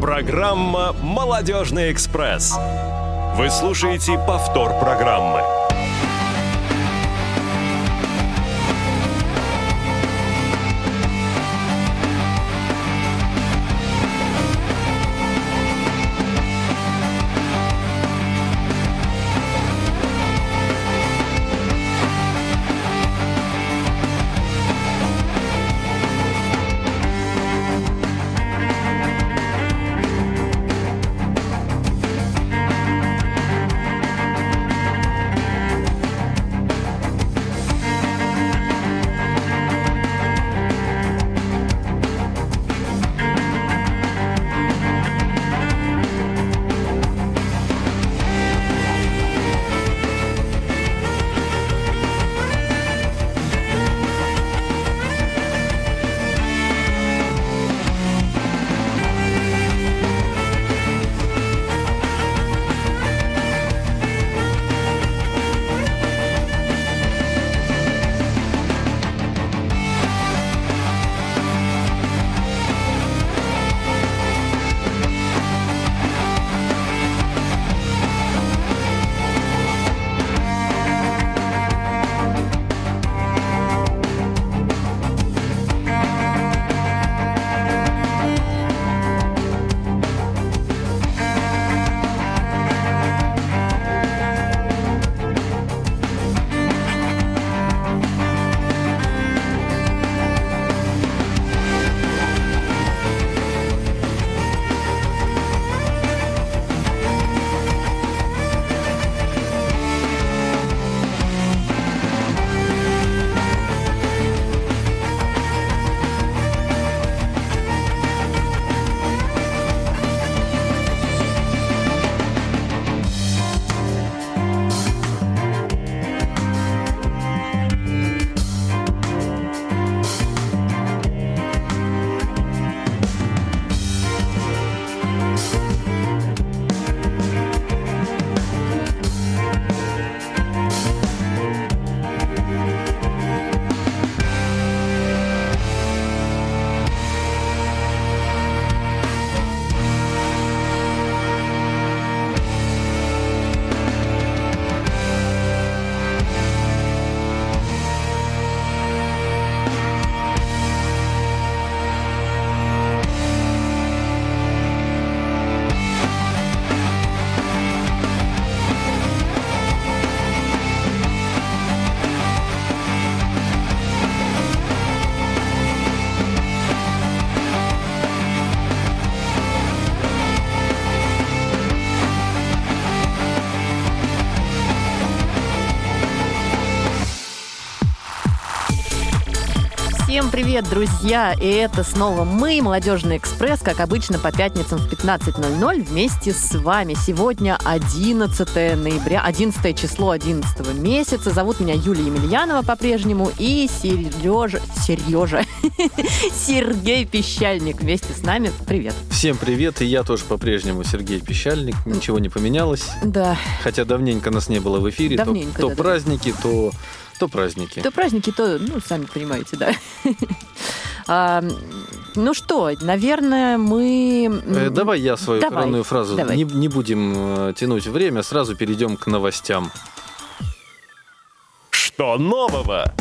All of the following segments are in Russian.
Программа «Молодежный экспресс». Вы слушаете повтор программы. Всем привет, друзья! И это снова мы, Молодежный экспресс, как обычно, по пятницам в 15:00 вместе с вами. Сегодня 11 ноября, 11 число 11 месяца. Зовут меня Юлия Емельянова по-прежнему и Сергей Пищальник вместе с нами. Привет! Всем привет, и я тоже по-прежнему Сергей Пищальник. Ничего не поменялось. Да. Хотя давненько нас не было в эфире. То праздники, то праздники. То праздники, то, сами понимаете, да. Ну что, наверное, мы... Давай я свою коронную фразу. Не будем тянуть время, сразу перейдем к новостям. Что нового?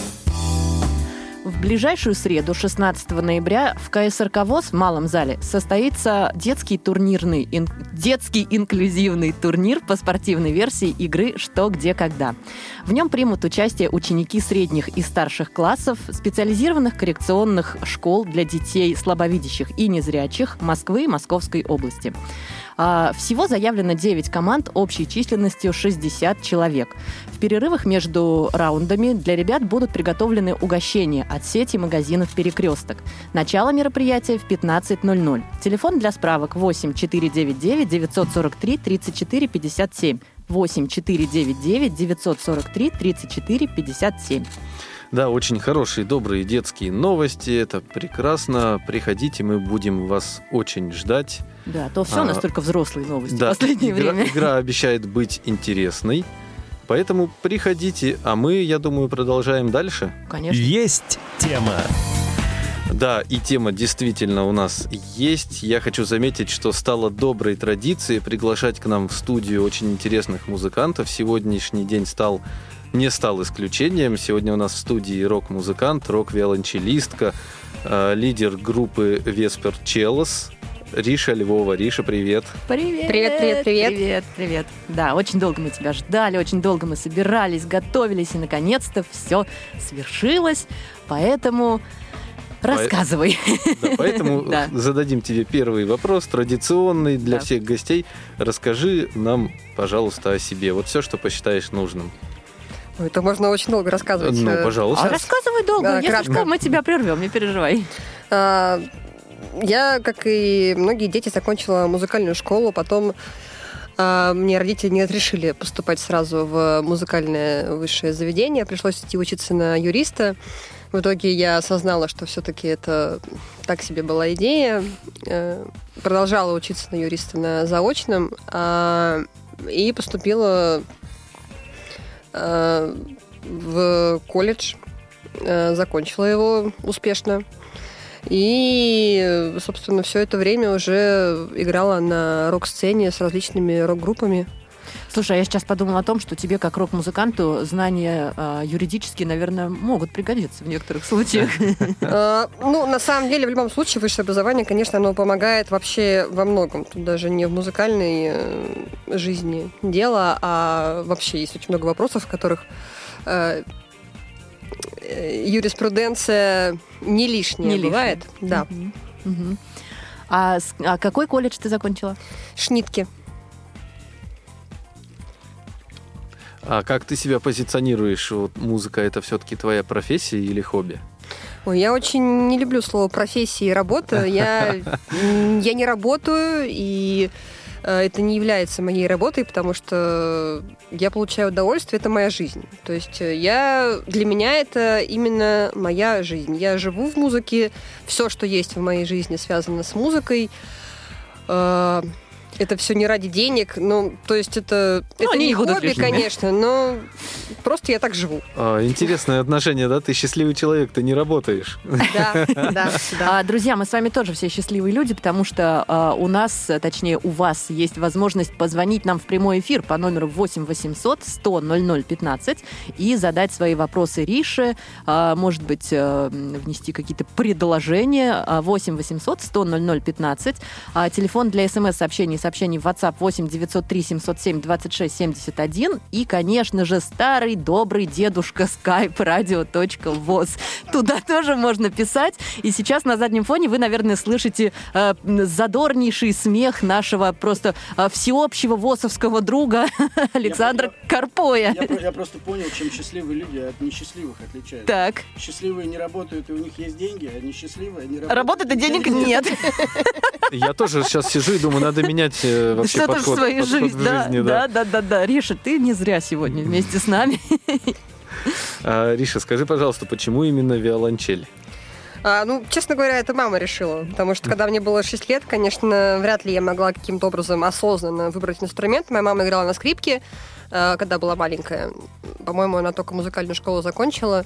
В ближайшую среду, 16 ноября, в КСРК ВОС в Малом зале состоится детский инклюзивный турнир по спортивной версии игры «Что, где, когда». В нем примут участие ученики средних и старших классов специализированных коррекционных школ для детей слабовидящих и незрячих Москвы и Московской области. Всего заявлено 9 команд общей численностью 60 человек. В перерывах между раундами для ребят будут приготовлены угощения от сети магазинов «Перекресток». Начало мероприятия в 15:00. Телефон для справок 8 499 943 34 57. 8 499 943 34 57. Да, очень хорошие, добрые детские новости. Это прекрасно. Приходите, мы будем вас очень ждать. Да, то все настолько взрослые новости в последнее время. Игра обещает быть интересной. Поэтому приходите, а мы, я думаю, продолжаем дальше. Конечно. Есть тема. Да, и тема действительно у нас есть. Я хочу заметить, что стало доброй традицией приглашать к нам в студию очень интересных музыкантов. Сегодняшний день не стал исключением. Сегодня у нас в студии рок-музыкант, рок-виолончелистка, лидер группы Vesper Cellos Риша Львова. Риша, привет. Привет. Привет. Да, очень долго мы тебя ждали, очень долго мы собирались, готовились, и наконец-то все свершилось. Поэтому рассказывай. Поэтому зададим тебе первый вопрос, традиционный для всех гостей. Расскажи нам, пожалуйста, о себе. Вот все, что посчитаешь нужным. Это можно очень долго рассказывать. Ну, пожалуйста. Рассказывай долго. Если что, мы тебя прервем, не переживай. Я, как и многие дети, закончила музыкальную школу, потом мне родители не разрешили поступать сразу в музыкальное высшее заведение, пришлось идти учиться на юриста. В итоге я осознала, что все-таки это так себе была идея. Продолжала учиться на юриста на заочном и поступила в колледж, закончила его успешно. И, собственно, все это время уже играла на рок-сцене с различными рок-группами. Слушай, я сейчас подумала о том, что тебе, как рок-музыканту, знания юридические, наверное, могут пригодиться в некоторых случаях. Ну, на самом деле, в любом случае, высшее образование, конечно, оно помогает вообще во многом. Тут даже не в музыкальной жизни дело, а вообще есть очень много вопросов, в которых юриспруденция не лишняя бывает. Да. Угу. А какой колледж ты закончила? Шнитке. А как ты себя позиционируешь? Вот музыка — это все-таки твоя профессия или хобби? Ой, я очень не люблю слово «профессия» и «работа». Я не работаю, и это не является моей работой, потому что я получаю удовольствие, это моя жизнь. То есть для меня это именно моя жизнь. Я живу в музыке, все, что есть в моей жизни, связано с музыкой. Это все не ради денег, то есть это не хобби, конечно, но просто я так живу. Интересное отношение, да? Ты счастливый человек, ты не работаешь. Да. Друзья, мы с вами тоже все счастливые люди, потому что у нас, точнее у вас, есть возможность позвонить нам в прямой эфир по номеру 8 800 100 00 15 и задать свои вопросы Рише, может быть, внести какие-то предложения. 8 800 100 00 15. Телефон для смс-сообщений в WhatsApp 8 903 707 26 71 и, конечно же, старый добрый дедушка Skype radio.voz. Туда тоже можно писать. И сейчас на заднем фоне вы, наверное, слышите задорнейший смех нашего просто всеобщего восовского друга Александра Карпоя. Я просто понял, чем счастливые люди от несчастливых отличаются. Так. Счастливые не работают, и у них есть деньги, а несчастливые не работают. Работают, и денег нет. Я тоже сейчас сижу и думаю, надо менять вообще подход в своей жизни. Да. Риша, ты не зря сегодня вместе с нами. Риша, скажи, пожалуйста, почему именно виолончель? Честно говоря, это мама решила. Потому что, когда мне было 6 лет, конечно, вряд ли я могла каким-то образом осознанно выбрать инструмент. Моя мама играла на скрипке, когда была маленькая. По-моему, она только музыкальную школу закончила.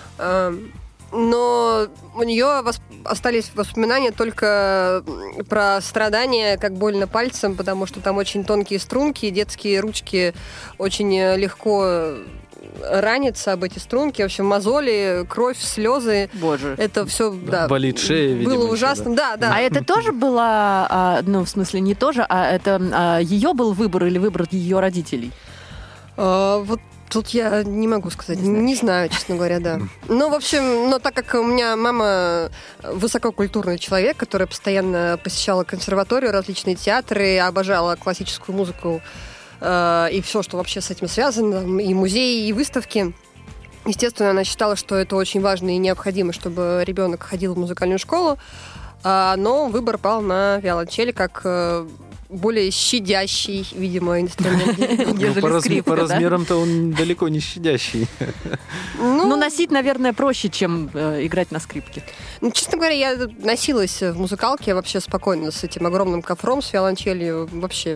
Но у нее остались воспоминания только про страдания, как больно пальцем, потому что там очень тонкие струнки, детские ручки очень легко ранятся об эти струнки. В общем, мозоли, кровь, слезы. Боже. Это все, болит шея, видимо. Было ужасно, да. А это тоже было, в смысле не тоже, а это ее был выбор или выбор ее родителей? Вот тут я не могу сказать. Не знаю, честно говоря, да. В общем, так как у меня мама высококультурный человек, который постоянно посещала консерваторию, различные театры, обожала классическую музыку и все, что вообще с этим связано, и музеи, и выставки. Естественно, она считала, что это очень важно и необходимо, чтобы ребенок ходил в музыкальную школу, но выбор пал на виолончель как более щадящий, видимо, инструмент. По размерам-то он далеко не щадящий. Носить, наверное, проще, чем играть на скрипке. Честно говоря, я носилась в музыкалке вообще спокойно с этим огромным кофром, с виолончелью. Вообще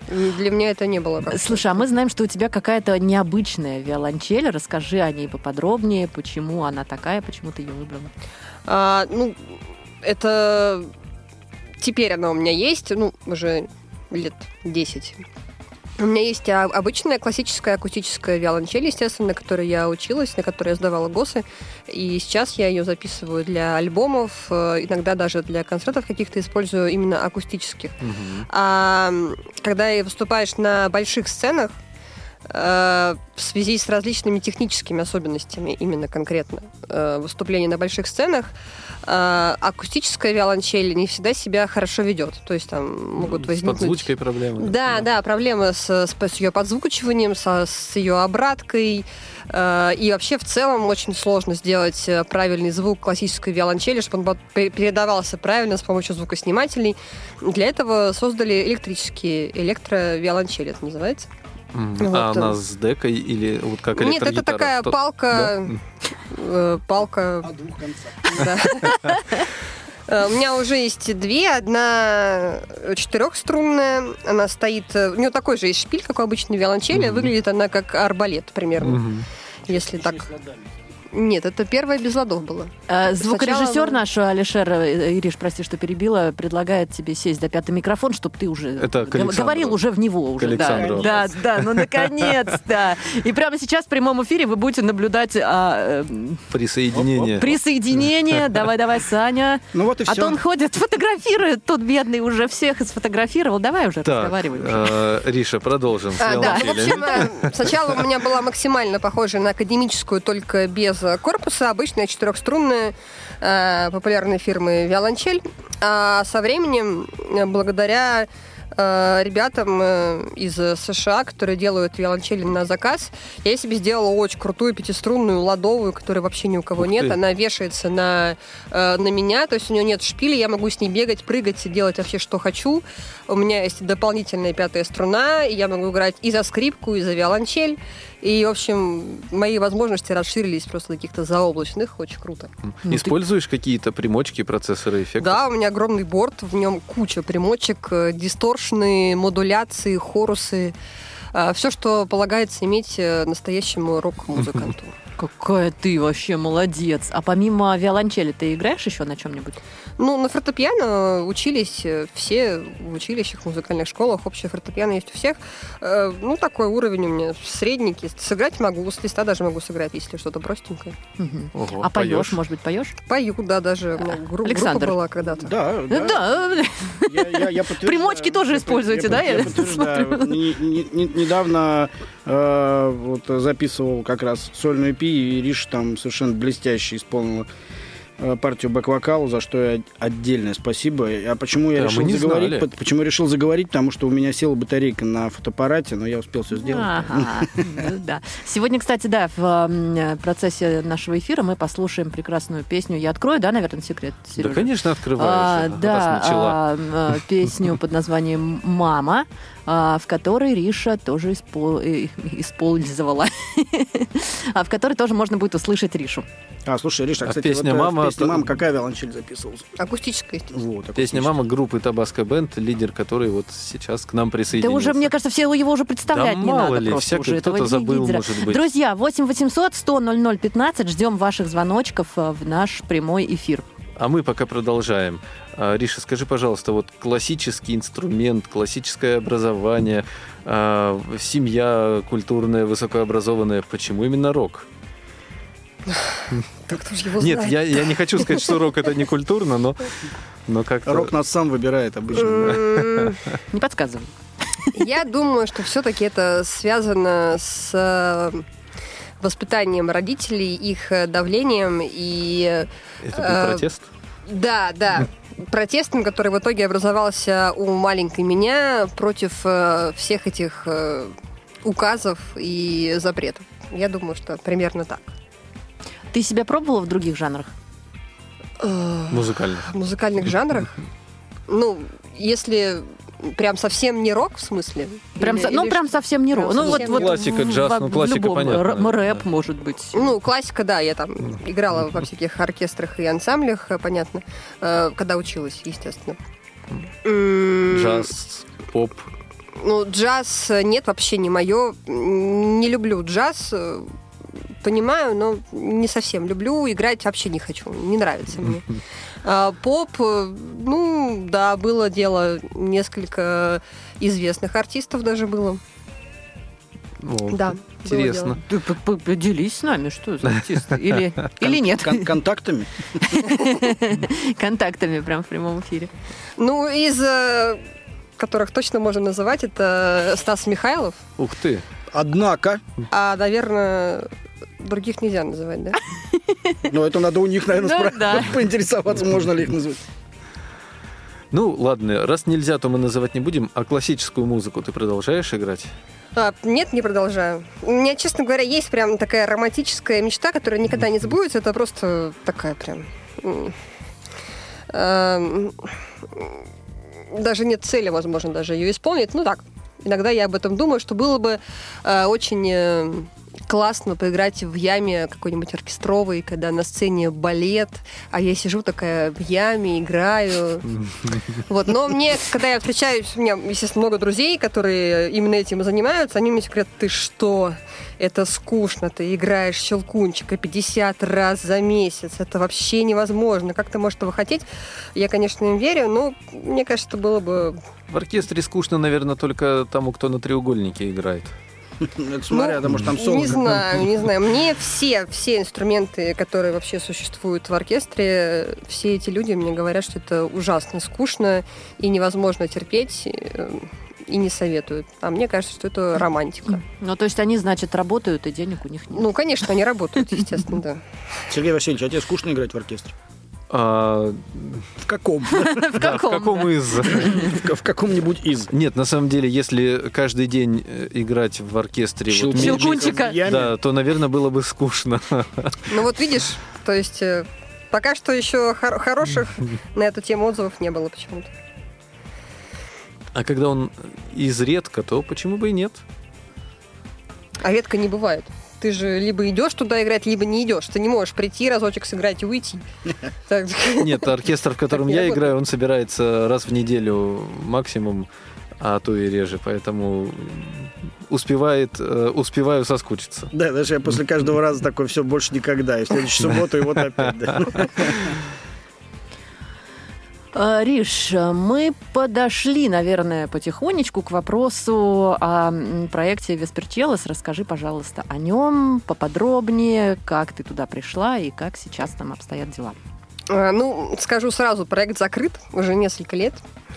Для меня это не было как-то. Слушай, а мы знаем, что у тебя какая-то необычная виолончель. Расскажи о ней поподробнее, почему она такая, почему ты ее выбрала. Это... Теперь она у меня есть, уже лет 10. У меня есть обычная классическая акустическая виолончель, естественно, на которой я училась, на которой я сдавала ГОСы. И сейчас я ее записываю для альбомов, иногда даже для концертов каких-то использую именно акустических. А когда выступаешь на больших сценах, в связи с различными техническими особенностями, именно конкретно выступления на больших сценах, акустическая виолончель не всегда себя хорошо ведет. То есть там могут возникнуть... С подзвучкой проблемы. Да, проблемы с ее подзвучиванием, с ее обраткой. И вообще в целом очень сложно сделать правильный звук классической виолончели, чтобы он передавался правильно с помощью звукоснимателей. Для этого создали электровиолончели, это называется. Она с декой или вот как электрогитара? Нет, это такая палка. Да? Палка. О двух концах. Да. У меня уже есть две. Одна 4-струнная. Она стоит... У нее такой же есть шпиль, как у обычной виолончели. Выглядит она как арбалет примерно. Если так... Нет, это первая без ладов была. Звукорежиссер Сначала... наш, Алишер, Ириш, прости, что перебила, предлагает тебе сесть за 5-й микрофон, чтобы ты уже говорил уже в него. Уже. Да, ну наконец-то. И прямо сейчас в прямом эфире вы будете наблюдать присоединение. Давай, Саня. Ну вот и все. А то он ходит, фотографирует, тут бедный уже всех сфотографировал. Давай уже разговаривай. Риша, продолжим. Да, в общем, сначала у меня была максимально похожая на академическую, только без корпуса, обычная 4-струнная популярной фирмы виолончель. А со временем, благодаря ребятам из США, которые делают виолончели на заказ, я себе сделала очень крутую 5-струнную ладовую, которой вообще ни у кого нет. Она вешается на меня, то есть у нее нет шпиля, я могу с ней бегать, прыгать, делать вообще что хочу. У меня есть дополнительная 5-я струна, и я могу играть и за скрипку, и за виолончель. И, в общем, мои возможности расширились просто до каких-то заоблачных. Очень круто. Используешь какие-то примочки, процессоры, эффекты? Да, у меня огромный борд, в нем куча примочек, дисторшны, модуляции, хорусы. Все, что полагается иметь настоящему рок-музыканту. Какая ты вообще молодец. А помимо виолончели ты играешь еще на чем-нибудь? На фортепиано учились все в училищах, в музыкальных школах. Общее фортепиано есть у всех. Такой уровень у меня средненький. Сыграть могу, с листа даже могу сыграть, если что-то простенькое. Ого, а поешь, может быть, поешь? Пою, да, даже у меня группа была когда-то. Да. Я примочки тоже используете, да? Я подтверждаю. Недавно записывал как раз сольную EP, и Риша там совершенно блестяще исполнила партию бэк-вокала, за что я отдельное спасибо. А почему я решил заговорить? Почему я решил заговорить? Потому что у меня села батарейка на фотоаппарате, но я успел все сделать. Да. Сегодня, кстати, да, в процессе нашего эфира мы послушаем прекрасную песню. Я открою, да, наверное, секрет, Сережа? Да, конечно, открываешь. Да, песню под названием «Мама», в которой Риша тоже использовала, в которой тоже можно будет услышать Ришу. Слушай, Риша, кстати, песня «Мама» какая виолончель записывалась? Акустическая, естественно. Песня «Мама» группы Табаско Бенд, лидер которой вот сейчас к нам присоединился. Да уже, мне кажется, все его уже представлять не надо. Мало ли, всякий кто-то забыл, может быть. Друзья, 8-800-100-00-15, ждем ваших звоночков в наш прямой эфир. А мы пока продолжаем. Риша, скажи, пожалуйста, вот классический инструмент, классическое образование, семья культурная, высокообразованная, почему именно рок? Так кто же его знает? Нет, я не хочу сказать, что рок это не культурно, но как-то... Рок нас сам выбирает обычно. Не подсказывай. Я думаю, что все-таки это связано с воспитанием родителей, их давлением и... Это был протест? Да. Протестом, который в итоге образовался у маленькой меня против всех этих указов и запретов. Я думаю, что примерно так. Ты себя пробовала в других жанрах? Музыкальных. В музыкальных жанрах? Если прям совсем не рок, в смысле? Прям совсем не рок. Классика, джаз, классика, понятно. Рэп, может быть. Классика, да, я там играла во всяких оркестрах и ансамблях, понятно, когда училась, естественно. Джаз, поп. Джаз нет, вообще не мое. Не люблю джаз. Понимаю, но не совсем люблю. Играть вообще не хочу. Не нравится мне. Поп, да, было дело. Несколько известных артистов даже было. Да. Интересно. Ты поделись с нами, что за артисты? Или нет? Контактами? Контактами прям в прямом эфире. Из которых точно можно называть, это Стас Михайлов. Ух ты! Однако... Наверное, других нельзя называть, да? Это надо у них, наверное, поинтересоваться, можно ли их назвать. Ладно, раз нельзя, то мы называть не будем. А классическую музыку ты продолжаешь играть? Нет, не продолжаю. У меня, честно говоря, есть прям такая романтическая мечта, которая никогда не сбудется. Это просто такая прям... Даже нет цели, возможно, даже ее исполнить. Так, иногда я об этом думаю, что было бы очень... классно поиграть в яме какой-нибудь оркестровый, когда на сцене балет, а я сижу такая в яме, играю. Но мне, когда я встречаюсь, у меня, естественно, много друзей, которые именно этим и занимаются, они мне говорят: ты что? Это скучно, ты играешь щелкунчика 50 раз за месяц, это вообще невозможно. Как ты можешь этого хотеть? Я, конечно, им верю, но мне кажется, это было бы... В оркестре скучно, наверное, только тому, кто на треугольнике играет. Это смотря, потому что там соло. Не знаю. Мне все инструменты, которые вообще существуют в оркестре, все эти люди мне говорят, что это ужасно скучно и невозможно терпеть, и не советуют. А мне кажется, что это романтика. То есть они, значит, работают, и денег у них нет. Конечно, они работают, естественно, да. Сергей Васильевич, а тебе скучно играть в оркестре? В каком? В каком из? В каком-нибудь из. Нет, на самом деле, если каждый день играть в оркестре щелкунчика, да, то, наверное, было бы скучно. Видишь, то есть пока что еще хороших на эту тему отзывов не было почему-то. А когда он изредка, то почему бы и нет? А редко не бывает. Ты же либо идешь туда играть, либо не идешь. Ты не можешь прийти, разочек сыграть и уйти. Нет, оркестр, в котором я играю, он собирается раз в неделю максимум, а то и реже. Поэтому успеваю соскучиться. Да, даже я после каждого раза такой: все, больше никогда. И в следующую субботу, и вот опять. Риш, мы подошли, наверное, потихонечку к вопросу о проекте Весперчелос. Расскажи, пожалуйста, о нем поподробнее, как ты туда пришла и как сейчас там обстоят дела. Скажу сразу, проект закрыт уже несколько лет.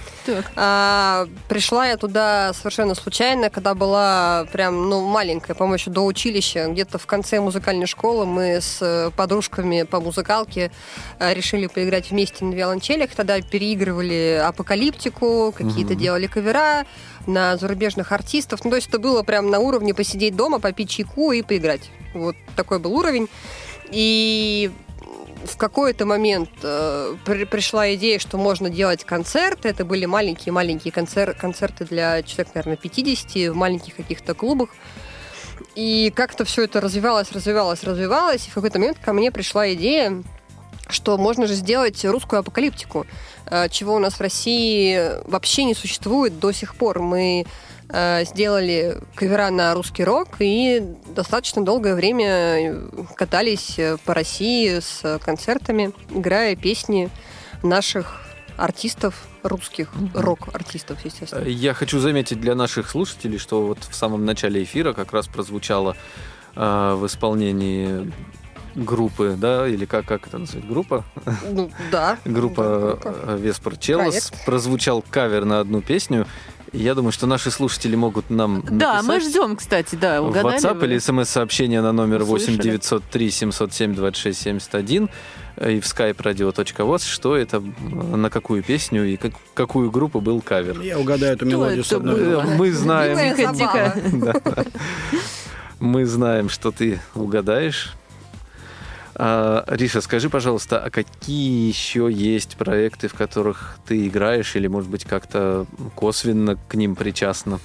Пришла я туда совершенно случайно, когда была прям, маленькая, по-моему, еще до училища. Где-то в конце музыкальной школы мы с подружками по музыкалке решили поиграть вместе на виолончелях. Тогда переигрывали апокалиптику, какие-то делали кавера на зарубежных артистов. То есть это было прям на уровне посидеть дома, попить чайку и поиграть. Вот такой был уровень. И в какой-то момент пришла идея, что можно делать концерты. Это были маленькие концерты для человек, наверное, 50 в маленьких каких-то клубах. И как-то все это развивалось. И в какой-то момент ко мне пришла идея, что можно же сделать русскую апокалиптику, чего у нас в России вообще не существует до сих пор. Мы сделали кавера на русский рок и достаточно долгое время катались по России с концертами, играя песни наших артистов, русских рок-артистов, естественно. Я хочу заметить для наших слушателей, что вот в самом начале эфира как раз прозвучало в исполнении группы, да, или как это назвать, группа? Да. Группа Весперчелос. Прозвучал кавер на одну песню. Я думаю, что наши слушатели могут нам написать. Да, мы ждем, кстати, да, угадали. В WhatsApp или смс-сообщение на номер 8-903-707-26-71 и в skype radio.voz, что это, на какую песню и какую группу был кавер. Я угадаю эту мелодию с одной. Мы знаем. Тихо. Мы знаем, что ты угадаешь. Риша, скажи, пожалуйста, а какие еще есть проекты, в которых ты играешь, или, может быть, как-то косвенно к ним причастна?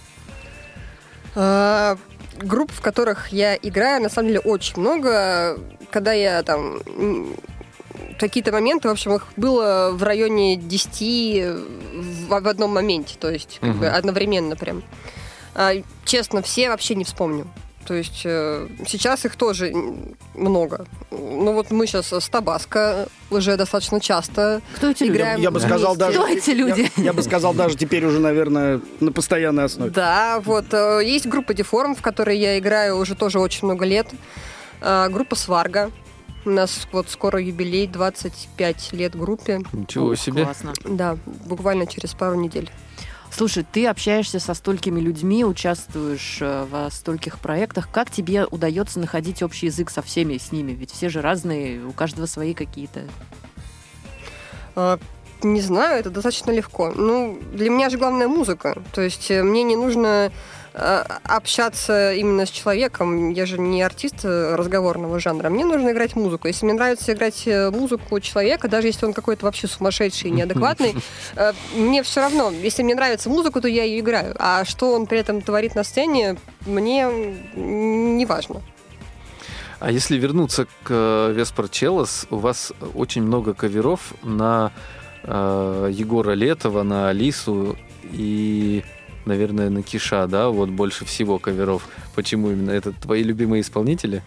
Групп, в которых я играю, на самом деле, очень много. Когда я там... Какие-то моменты, в общем, их было в районе 10 в одном моменте, то есть как бы одновременно прям. Честно, все вообще не вспомню. То есть сейчас их тоже много. Ну вот мы сейчас с Табаско уже достаточно часто играем. Я бы сказал, даже, кто эти люди? Я бы сказал, даже теперь уже, наверное, на постоянной основе. Да, вот. Есть группа Деформ, в которой я играю уже тоже очень много лет. Группа Сварга. У нас вот скоро юбилей, 25 лет группе. Ничего себе. Классно. Да, буквально через пару недель. Слушай, ты общаешься со столькими людьми, участвуешь во стольких проектах. Как тебе удается находить общий язык со всеми с ними? Ведь все же разные, у каждого свои какие-то. Не знаю, это достаточно легко. Ну, для меня же главная музыка. То есть мне не нужно общаться именно с человеком. Я же не артист разговорного жанра. Мне нужно играть музыку. Если мне нравится играть музыку человека, даже если он какой-то вообще сумасшедший и неадекватный, мне все равно. Если мне нравится музыка, то я ее играю. А что он при этом творит на сцене, мне не важно. А если вернуться к Веспер Челос, у вас очень много каверов на Егора Летова, на Алису и, наверное, на Киша, да? Вот больше всего каверов. Почему именно? Это твои любимые исполнители?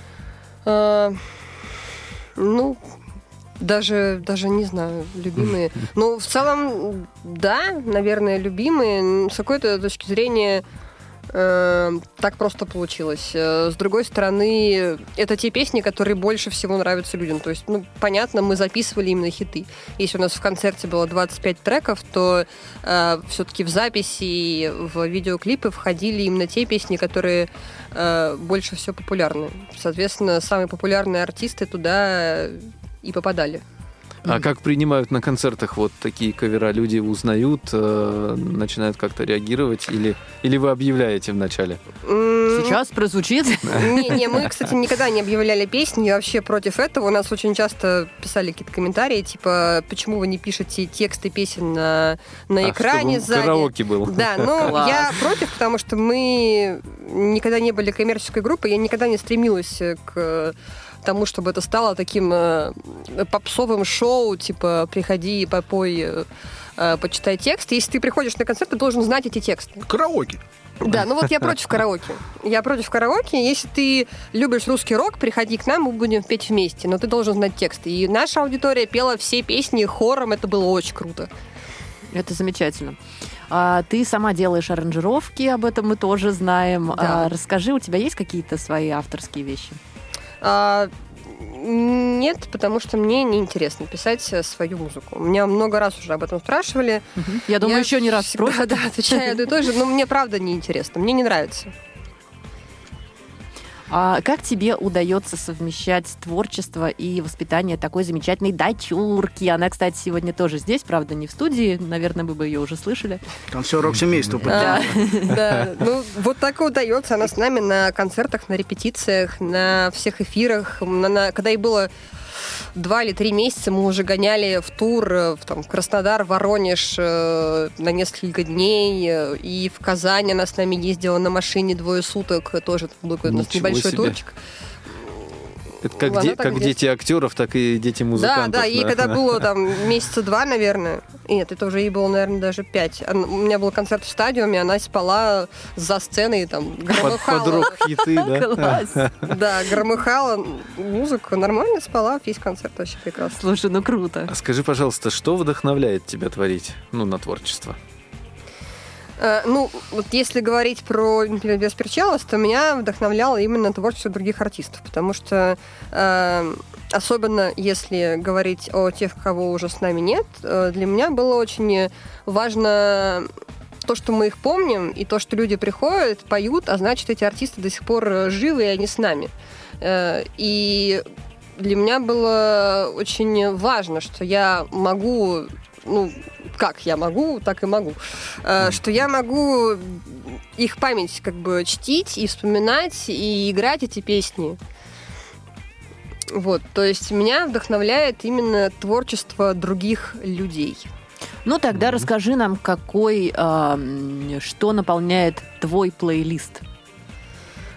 Ну, даже не знаю, любимые. Ну, в целом, да, наверное, любимые. С какой-то точки зрения так просто получилось. С другой стороны, это те песни, которые больше всего нравятся людям. То есть, ну, понятно, мы записывали именно хиты. Если у нас в концерте было 25 треков, то все-таки в записи и в видеоклипы входили именно те песни, которые больше всего популярны. Соответственно, самые популярные артисты туда и попадали. А как принимают на концертах вот такие кавера? Люди узнают, начинают как-то реагировать? Или вы объявляете вначале? Сейчас прозвучит? Не, мы, кстати, никогда не объявляли песни, я вообще против этого. У нас очень часто писали какие-то комментарии, типа, почему вы не пишете тексты песен на экране сзади. Караоке был. Да, но я против, потому что мы никогда не были коммерческой группой, я никогда не стремилась к тому, чтобы это стало таким попсовым шоу, типа приходи, попой, почитай текст. Если ты приходишь на концерт, ты должен знать эти тексты. Караоке. Да, ну вот я против караоке. Я против караоке. Если ты любишь русский рок, приходи к нам, мы будем петь вместе. Но ты должен знать тексты. И наша аудитория пела все песни хором, это было очень круто. Это замечательно. Ты сама делаешь аранжировки, об этом мы тоже знаем. Да. Расскажи, у тебя есть какие-то свои авторские вещи? Нет, потому что мне неинтересно писать свою музыку. Меня много раз уже об этом спрашивали. Я думаю, еще не раз спросят. Да, отвечаю одно и то же, но мне правда неинтересно, мне не нравится. А как тебе удается совмещать творчество и воспитание такой замечательной дочурки? Она, кстати, сегодня тоже здесь, правда, не в студии. Наверное, вы бы ее уже слышали. Там все рок-семейство поддерживает. Да, ну вот так и удается. Она с нами на концертах, на репетициях, на всех эфирах. Когда ей было 2 или 3 месяца, мы уже гоняли в тур в Краснодар, Воронеж на несколько дней. И в Казань она с нами ездила на машине 2 суток. Тоже был у нас небольшой турчик. Это как дети актеров, так и дети музыкантов. Да, ей когда было там месяца 2, наверное. Нет, это уже ей было, наверное, даже 5. У меня был концерт в стадиуме, она спала за сценой, там, громыхала. Под рок-хиты, да? Да, громыхала музыку, нормально спала, весь концерт вообще прекрасно. Слушай, ну круто. А скажи, пожалуйста, что вдохновляет тебя творить, на творчество? Ну, вот если говорить про, например, Веспер Челос, то меня вдохновляло именно творчество других артистов, потому что особенно если говорить о тех, кого уже с нами нет, для меня было очень важно то, что мы их помним, и то, что люди приходят, поют, а значит, эти артисты до сих пор живы, и они с нами. И для меня было очень важно, что я могу... как я могу, так и могу. Что я могу их память как бы чтить и вспоминать, и играть эти песни. Вот, то есть меня вдохновляет именно творчество других людей. Ну, тогда расскажи нам, что наполняет твой плейлист?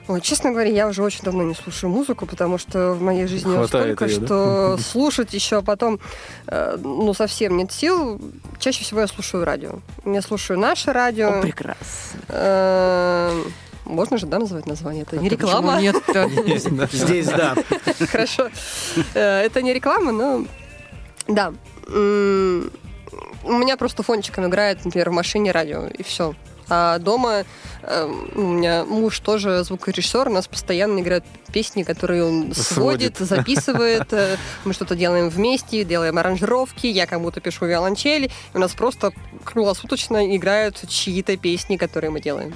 Ой, честно говоря, я уже очень давно не слушаю музыку, потому что в моей жизни Хватает столько, ее, что слушать еще потом совсем нет сил. Чаще всего я слушаю радио. Я слушаю наше радио. О, прекрасно. Можно же, да, назвать название? Это не реклама. Нет-то. Здесь, да. Хорошо. Это не реклама, но... Да. У меня просто фончиком играет, например, в машине радио, и все. А дома у меня муж тоже звукорежиссер, у нас постоянно играют песни, которые он сводит, записывает. Мы что-то делаем вместе, делаем аранжировки, я кому-то пишу виолончели. И у нас просто круглосуточно играют чьи-то песни, которые мы делаем.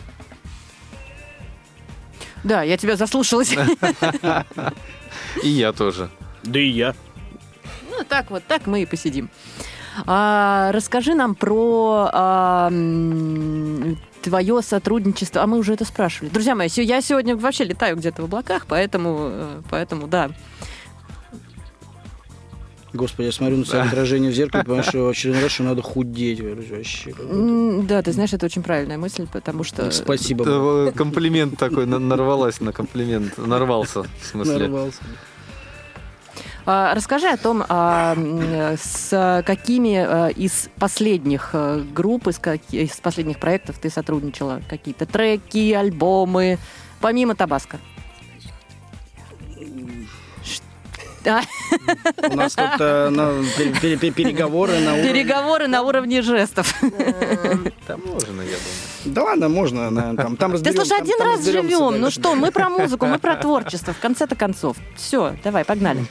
Да, я тебя заслушалась. И я тоже. Да и я. Ну, так мы и посидим. Расскажи нам про твое сотрудничество. А мы уже это спрашивали. Друзья мои, я сегодня вообще летаю где-то в облаках, поэтому да. Господи, я смотрю на свое отражение в зеркале, понимаю, что в очередной раз, что надо худеть. Вообще. Да, ты знаешь, это очень правильная мысль, потому что... Спасибо. Комплимент такой, нарвалась на комплимент. Нарвался, в смысле. Нарвался. Расскажи о том, с какими из последних групп, из последних проектов ты сотрудничала. Какие-то треки, альбомы, помимо Табаско. У нас тут переговоры на уровне... Переговоры на уровне жестов. Там можно, я думаю. Да ладно, можно. Там разберемся. Да слушай, один раз живем. Ну что, мы про музыку, мы про творчество, в конце-то концов. Все, давай, погнали.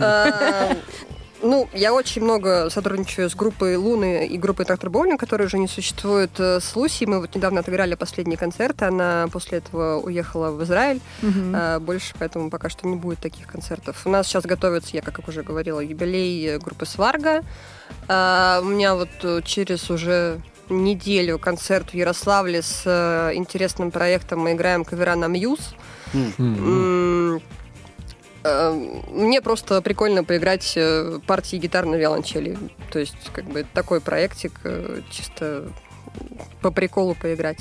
Я очень много сотрудничаю с группой Луны и группой Трактор Боулинг, которые уже не существуют, с Луси. Мы вот недавно отыграли последний концерт, она после этого уехала в Израиль. Больше поэтому пока что не будет таких концертов. У нас сейчас готовится, я как уже говорила, юбилей группы Сварга. У меня вот через уже неделю концерт в Ярославле с интересным проектом. Мы играем кавера на Мьюз. Мне просто прикольно поиграть партии гитар на виолончели. То есть, такой проектик, чисто по приколу поиграть.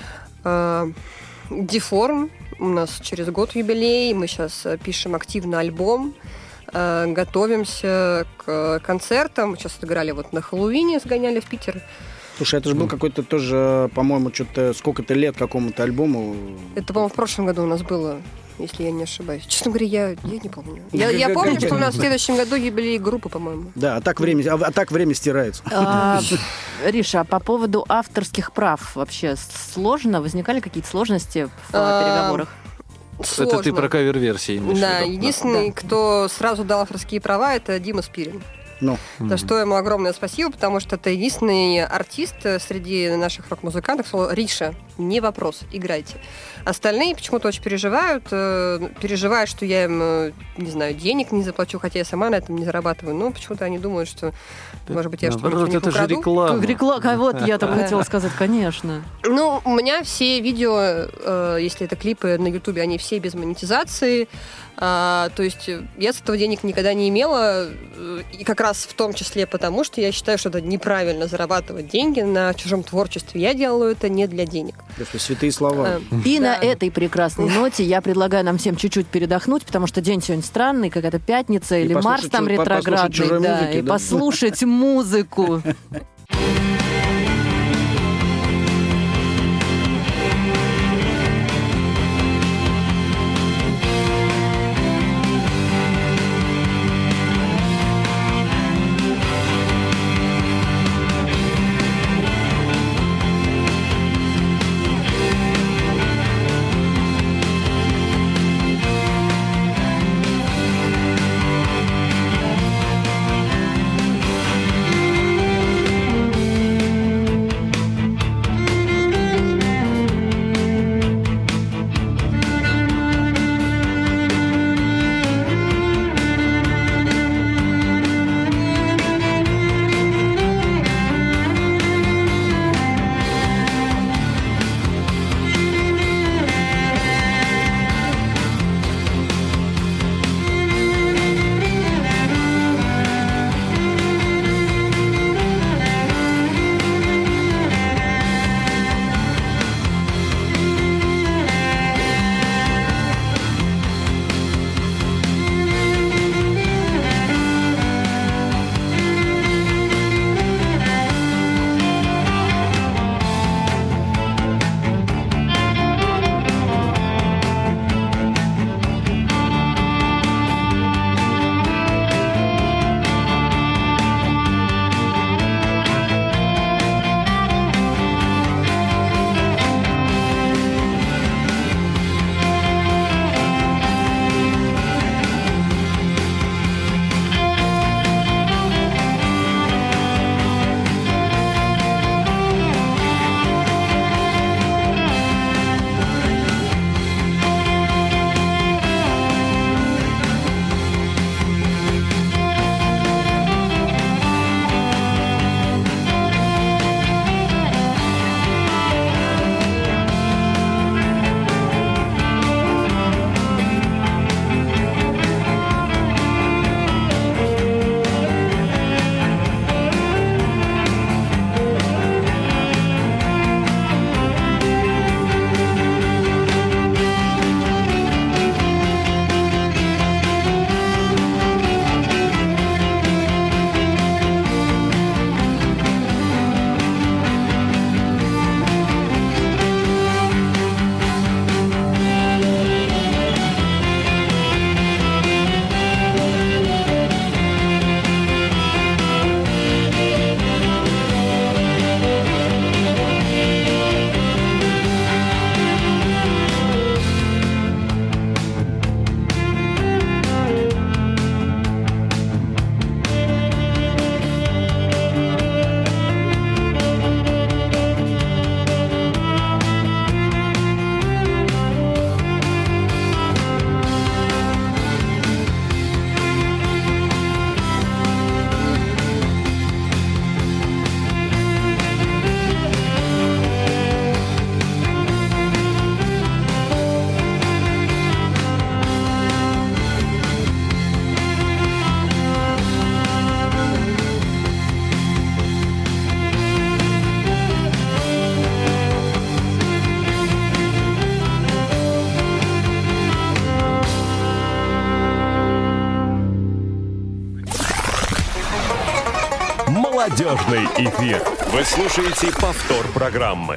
Деформ. У нас через год юбилей. Мы сейчас пишем активно альбом. Готовимся к концертам. Сейчас отыграли вот на Хэллоуине, сгоняли в Питер. Слушай, это же был какой-то тоже, по-моему, что-то сколько-то лет какому-то альбому. Это, по-моему, в прошлом году у нас было, если я не ошибаюсь. Честно говоря, я не помню. Я помню, что у нас в следующем году юбилей группы, по-моему. Да, а так время стирается. Риша, по поводу авторских прав вообще сложно? Возникали какие-то сложности в переговорах? Сложно. Это ты про кавер-версии. Да, единственный, кто сразу дал авторские права, это Дима Спирин. За что ему огромное спасибо, потому что это единственный артист среди наших рок-музыкантов, сказал: Риша, не вопрос, играйте. Остальные почему-то очень переживают, что я им, не знаю, денег не заплачу, хотя я сама на этом не зарабатываю. Но почему-то они думают, что, может быть, я что-нибудь у них это украду. же реклама. Вот я так хотела сказать, конечно. У меня все видео, если это клипы на Ютубе, они все без монетизации. То есть я с этого денег никогда не имела, и как раз в том числе потому, что я считаю, что это неправильно зарабатывать деньги на чужом творчестве. Я делаю это не для денег. Это святые слова. И на этой прекрасной ноте я предлагаю нам всем чуть-чуть передохнуть, потому что день сегодня странный, какая-то пятница или Марс там ретроградный, и послушать музыку. Молодежный эфир. Вы слушаете повтор программы.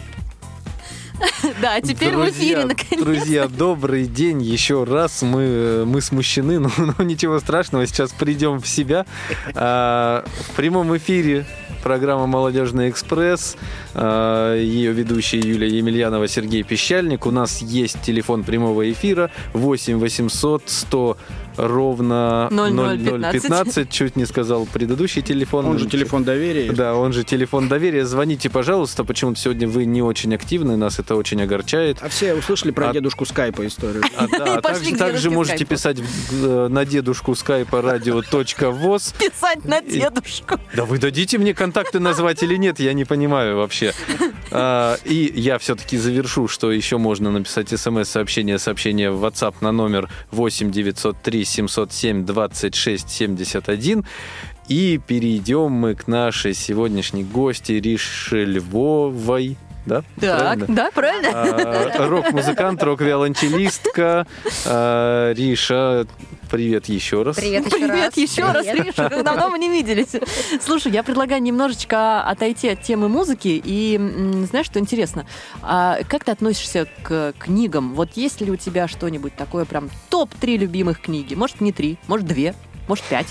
Да, теперь в эфире, наконец. Друзья, добрый день еще раз. Мы смущены, но ничего страшного, сейчас придем в себя. В прямом эфире программа «Молодежный экспресс». Ее ведущие Юлия Емельянова, Сергей Пещальник. У нас есть телефон прямого эфира 8 800 100 ровно 0015. Чуть не сказал предыдущий телефон. Он же телефон доверия. Да, он же телефон доверия. Звоните, пожалуйста. Почему-то сегодня вы не очень активны, нас это очень огорчает. А все услышали про дедушку Скайпа историю? Также можете писать на дедушку Скайпа radio.voz. Писать на дедушку. Да вы дадите мне контакты назвать или нет, я не понимаю вообще. И я все-таки завершу, что еще можно написать смс-сообщение в WhatsApp на номер 8 903 707 26 71. И перейдем мы к нашей сегодняшней гости Рише Львовой. Да? Так, да, правильно. Рок-музыкант, рок-виолончелистка. Риша, привет еще раз. Привет еще раз, Риша. Давно мы не виделись. Слушай, я предлагаю немножечко отойти от темы музыки. И знаешь, что интересно? Как ты относишься к книгам? Вот есть ли у тебя что-нибудь такое прям топ-3 любимых книги? Может, не 3, может, 2, может, 5?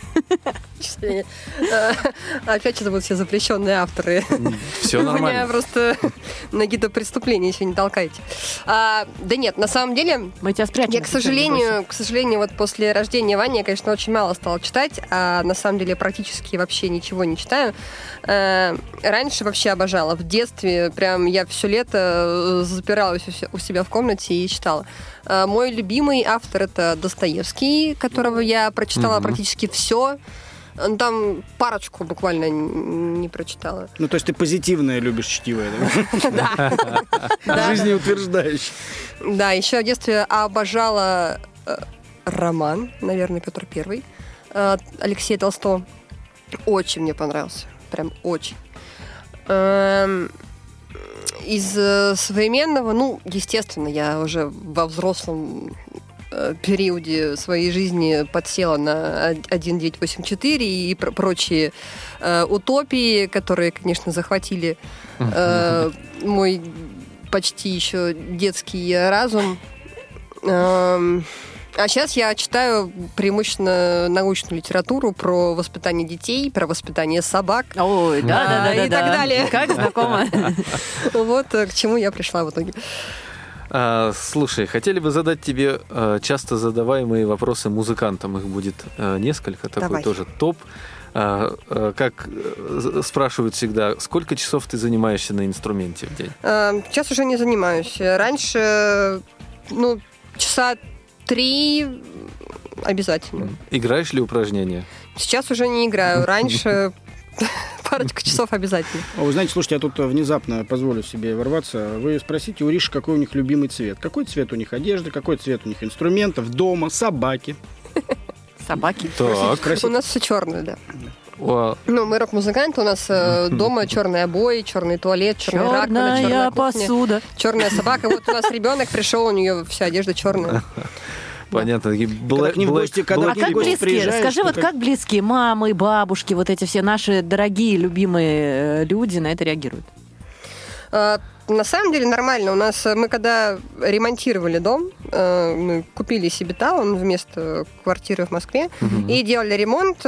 Опять это будут все запрещенные авторы. Все нормально. Вы меня просто на какие-то преступления еще не толкайте. Да нет, на самом деле... Мы тебя спрячем. Я, к сожалению, вот после рождения Вани я, конечно, очень мало стала читать, а на самом деле практически вообще ничего не читаю. Раньше вообще обожала. В детстве прям я все лето запиралась у себя в комнате и читала. Мой любимый автор — это Достоевский, которого я прочитала практически все. Там парочку буквально не прочитала. Ну, то есть ты позитивное любишь чтивое, да? Да. Жизнеутверждающее. Да, еще в детстве обожала роман, наверное, Петр I, Алексея Толстого. Очень мне понравился. Прям очень. Из современного, естественно, я уже во взрослом периоде своей жизни подсела на 1984 и прочие утопии, которые, конечно, захватили мой почти еще детский разум. А сейчас я читаю преимущественно научную литературу про воспитание детей, про воспитание собак. Ой, да, и так далее. Как знакомо. Вот к чему я пришла в итоге. Слушай, хотели бы задать тебе часто задаваемые вопросы музыкантам. Их будет несколько, такой тоже топ. Как спрашивают всегда, сколько часов ты занимаешься на инструменте в день? Сейчас уже не занимаюсь. Раньше, часа 3 обязательно. Играешь ли упражнения? Сейчас уже не играю. Раньше парочку часов обязательно. Вы знаете, слушайте, я тут внезапно позволю себе ворваться. Вы спросите у Риши, какой у них любимый цвет. Какой цвет у них одежды, какой цвет у них инструментов, дома, собаки. Собаки? Так. У нас все черное, да. Мы рок-музыканты, у нас дома черные обои, черный туалет, черная раковина, черная посуда, черная собака. Вот у нас ребенок пришел, у нее вся одежда черная. Понятно. А как близкие? Скажи, вот как близкие мамы, бабушки, вот эти все наши дорогие, любимые люди на это реагируют? На самом деле нормально. Мы когда ремонтировали дом, мы купили себе таун вместо квартиры в Москве и делали ремонт.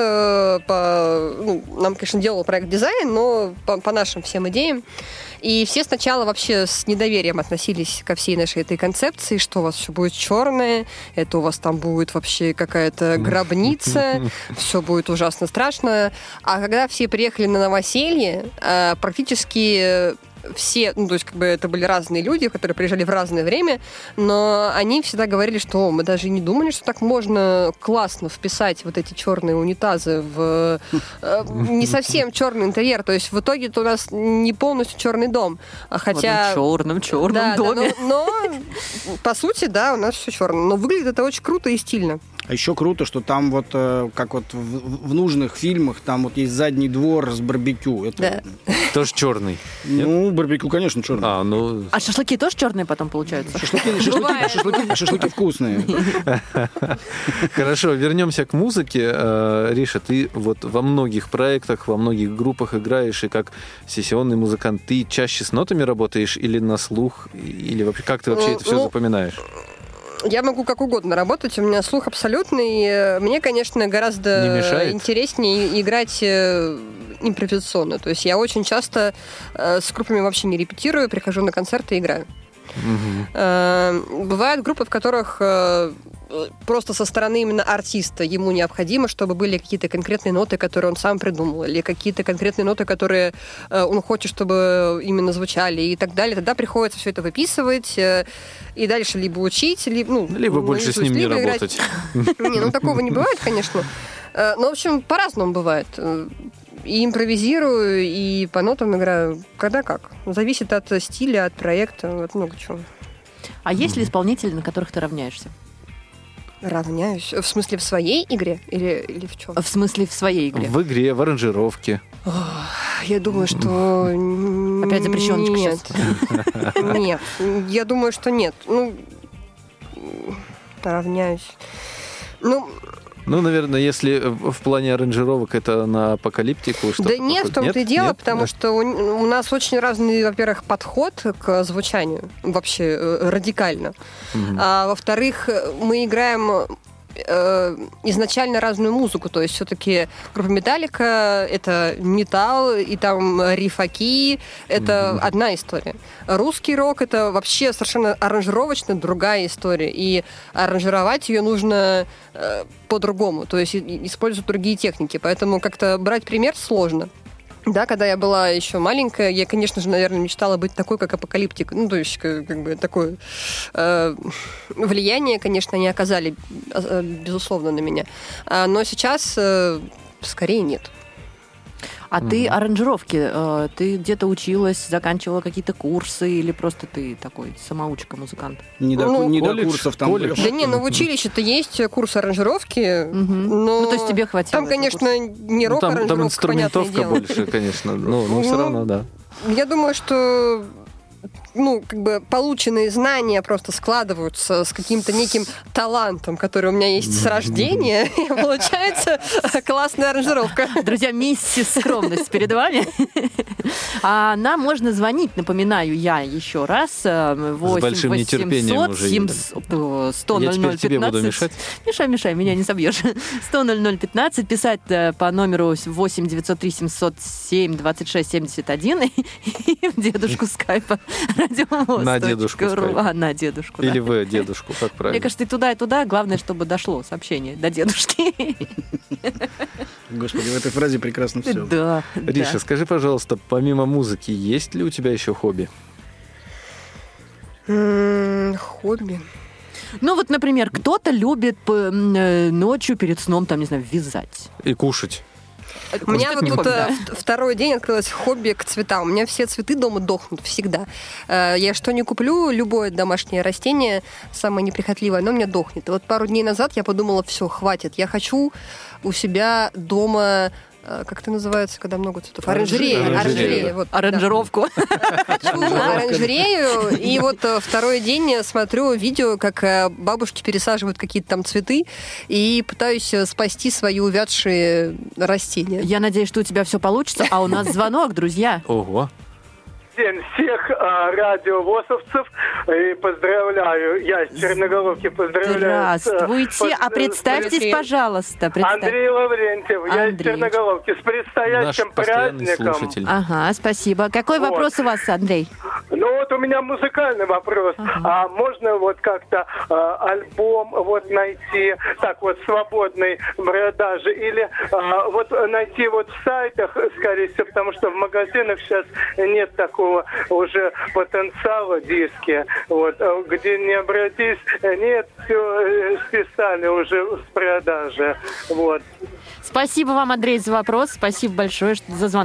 Нам, конечно, делал проект дизайн, но по нашим всем идеям. И все сначала вообще с недоверием относились ко всей нашей этой концепции, что у вас все будет черное, это у вас там будет вообще какая-то гробница, все будет ужасно страшно. А когда все приехали на новоселье, практически все, то есть это были разные люди, которые приезжали в разное время, но они всегда говорили, что мы даже не думали, что так можно классно вписать вот эти черные унитазы в не совсем черный интерьер. То есть в итоге-то у нас не полностью черный дом. Хотя... В черном доме. Но по сути, да, у нас все черное. Но выглядит это очень круто и стильно. А еще круто, что там как в нужных фильмах, там есть задний двор с барбекю. Тоже черный. барбекю, конечно, черный. А шашлыки тоже черные потом получаются? Шашлыки вкусные. Хорошо, вернемся к музыке. Риша, ты вот во многих проектах, во многих группах играешь, и как сессионный музыкант, ты чаще с нотами работаешь или на слух, или вообще как ты вообще это все запоминаешь? Я могу как угодно работать, у меня слух абсолютный. Мне, конечно, гораздо интереснее играть импровизационно. То есть я очень часто с группами вообще не репетирую, прихожу на концерты и играю. Бывают группы, в которых просто со стороны именно артиста ему необходимо, чтобы были какие-то конкретные ноты, которые он сам придумал, или какие-то конкретные ноты, которые он хочет, чтобы именно звучали, и так далее. Тогда приходится все это выписывать и дальше либо учить, либо больше с ним не работать. Не, такого не бывает, конечно. Но, в общем, по-разному бывает. И импровизирую, и по нотам играю. Когда как. Зависит от стиля, от проекта, от много чего. А есть ли исполнители, на которых ты равняешься? Равняюсь? В смысле, в своей игре? Или в чем? В смысле, в своей игре. В игре, в аранжировке. Я думаю, что... Опять запрещеночка сейчас. Нет. Я думаю, что нет. Равняюсь. Наверное, если в плане аранжировок это на апокалиптику... Да нет, в том-то и дело, потому что у нас очень разный, во-первых, подход к звучанию, вообще радикально. А во-вторых, мы играем изначально разную музыку, то есть все-таки группа Металлика — это металл, и там рифаки — это одна история. Русский рок — это вообще совершенно аранжировочно другая история, и аранжировать ее нужно по-другому, то есть используют другие техники, поэтому как-то брать пример сложно. Да, когда я была еще маленькая, я, конечно же, наверное, мечтала быть такой, как Апокалиптик. То есть, как бы, такое влияние, конечно, они оказали, безусловно, на меня. Но сейчас скорее нет. А ты аранжировки, ты где-то училась, заканчивала какие-то курсы, или просто ты такой самоучка-музыкант? Не до курсов там. Да не, в училище-то есть курс аранжировки. То есть тебе хватило? Там, конечно, не рок-аранжировка, там инструментовка понятное дело. больше, конечно, но все равно, да. Я думаю, что полученные знания просто складываются с каким-то неким талантом, который у меня есть с рождения, и получается классная аранжировка. Друзья, миссис скромность перед вами. А нам можно звонить, напоминаю я еще раз, 8 большим нетерпением 800 100 00 15. Я теперь тебе буду мешать. Мешай, меня не собьешь. 100 00 15, писать по номеру 8 903 707 26 71 и в дедушку скайпа. На дедушку. На дедушку. Или в дедушку, как правильно. Мне кажется, и туда, главное, чтобы дошло сообщение до дедушки. Господи, в этой фразе прекрасно все. Да. Риша, скажи, пожалуйста, помимо музыки, есть ли у тебя еще хобби? Хобби? Например, кто-то любит ночью перед сном, вязать. И кушать. У меня второй день открылось хобби к цветам. У меня все цветы дома дохнут всегда. Я что не куплю, любое домашнее растение, самое неприхотливое, оно у меня дохнет. И пару дней назад я подумала, все, хватит. Я хочу у себя дома... Как это называется, когда много цветов? Оранжерея. Аранжировку. Хочу оранжерею. И второй день смотрю видео, как бабушки пересаживают какие-то там цветы, и пытаюсь спасти свои увядшие растения. Я надеюсь, что у тебя все получится. А у нас звонок, друзья. Ого. День всех радиовосовцев и поздравляю. Я из Черноголовки поздравляю. Здравствуйте. А представьтесь, пожалуйста. Андрей Лаврентьев. Я из Черноголовки. С предстоящим праздником. Ага, спасибо. Какой вопрос у вас, Андрей? У меня музыкальный вопрос. А можно как-то альбом найти свободный в продаже? Или найти в сайтах, скорее всего, потому что в магазинах сейчас нет такого уже потенциала диски, где не обратись, нет, все списали уже с продажи. Спасибо вам, Андрей, за вопрос. Спасибо большое за звонок.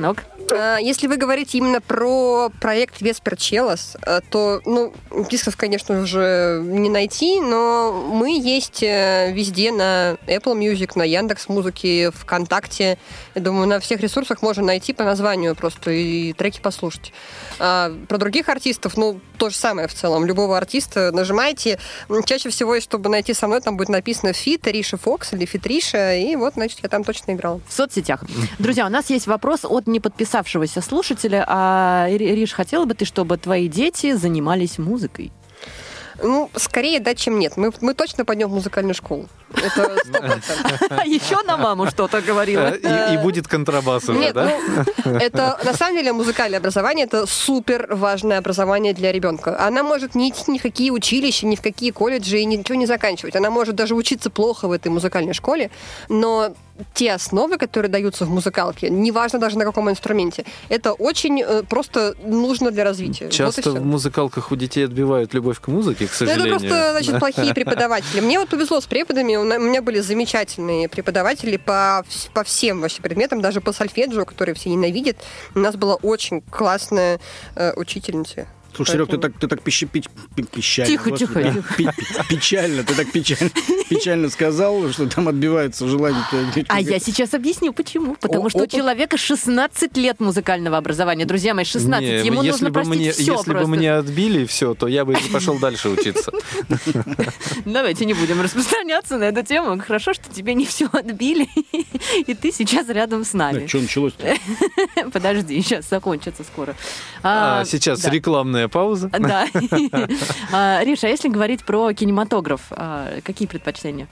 Если вы говорите именно про проект Vespercellos, то, дисков, конечно же, не найти, но мы есть везде на Apple Music, на Яндекс.Музыке, ВКонтакте. Я думаю, на всех ресурсах можно найти по названию просто и треки послушать. Про других артистов, то же самое в целом. Любого артиста нажимаете. Чаще всего, чтобы найти со мной, там будет написано «Фит», «Риша Фокс» или «Фит Риша», и вот, значит, я там точно играла. В соцсетях. Друзья, у нас есть вопрос от неподписавшегося слушателя. Риш, хотела бы ты, чтобы твои дети занимались музыкой? Скорее да, чем нет. Мы точно пойдем в музыкальную школу. Это 100%. Еще на маму что-то говорила. И будет контрабас уже, да? Это, на самом деле, музыкальное образование — это супер важное образование для ребенка. Она может не идти ни в какие училища, ни в какие колледжи и ничего не заканчивать. Она может даже учиться плохо в этой музыкальной школе, но те основы, которые даются в музыкалке, неважно даже на каком инструменте, это очень просто нужно для развития. Часто в музыкалках у детей отбивают любовь к музыке, к сожалению. Это просто, значит, плохие преподаватели. Мне вот повезло с преподами, у меня были замечательные преподаватели по всем вообще предметам, даже по сольфеджио, которые все ненавидят. У нас была очень классная учительница. Слушай, Серег, ты так печально. Тихо. Печально, ты так печально сказал, что там отбивается желание. Я сейчас объясню, почему. Потому что у человека 16 лет музыкального образования. Друзья мои, 16. Ему нужно простить все просто. Если бы мне отбили все, то я бы не пошел дальше учиться. Давайте не будем распространяться на эту тему. Хорошо, что тебе не все отбили, и ты сейчас рядом с нами. Что началось-то? Подожди, сейчас закончится скоро. Сейчас рекламная пауза. Да. Риша, если говорить про кинематограф, какие предпочтения?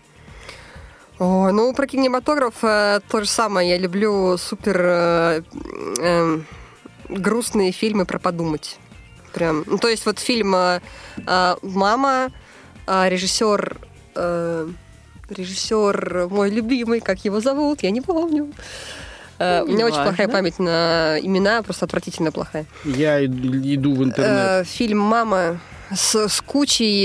Про кинематограф то же самое. Я люблю супер грустные фильмы про подумать. Прям. То есть вот фильм «Мама», режиссер мой любимый, как его зовут, я не помню. У меня очень плохая память на имена, просто отвратительно плохая. Я иду в интернет. Фильм «Мама» с кучей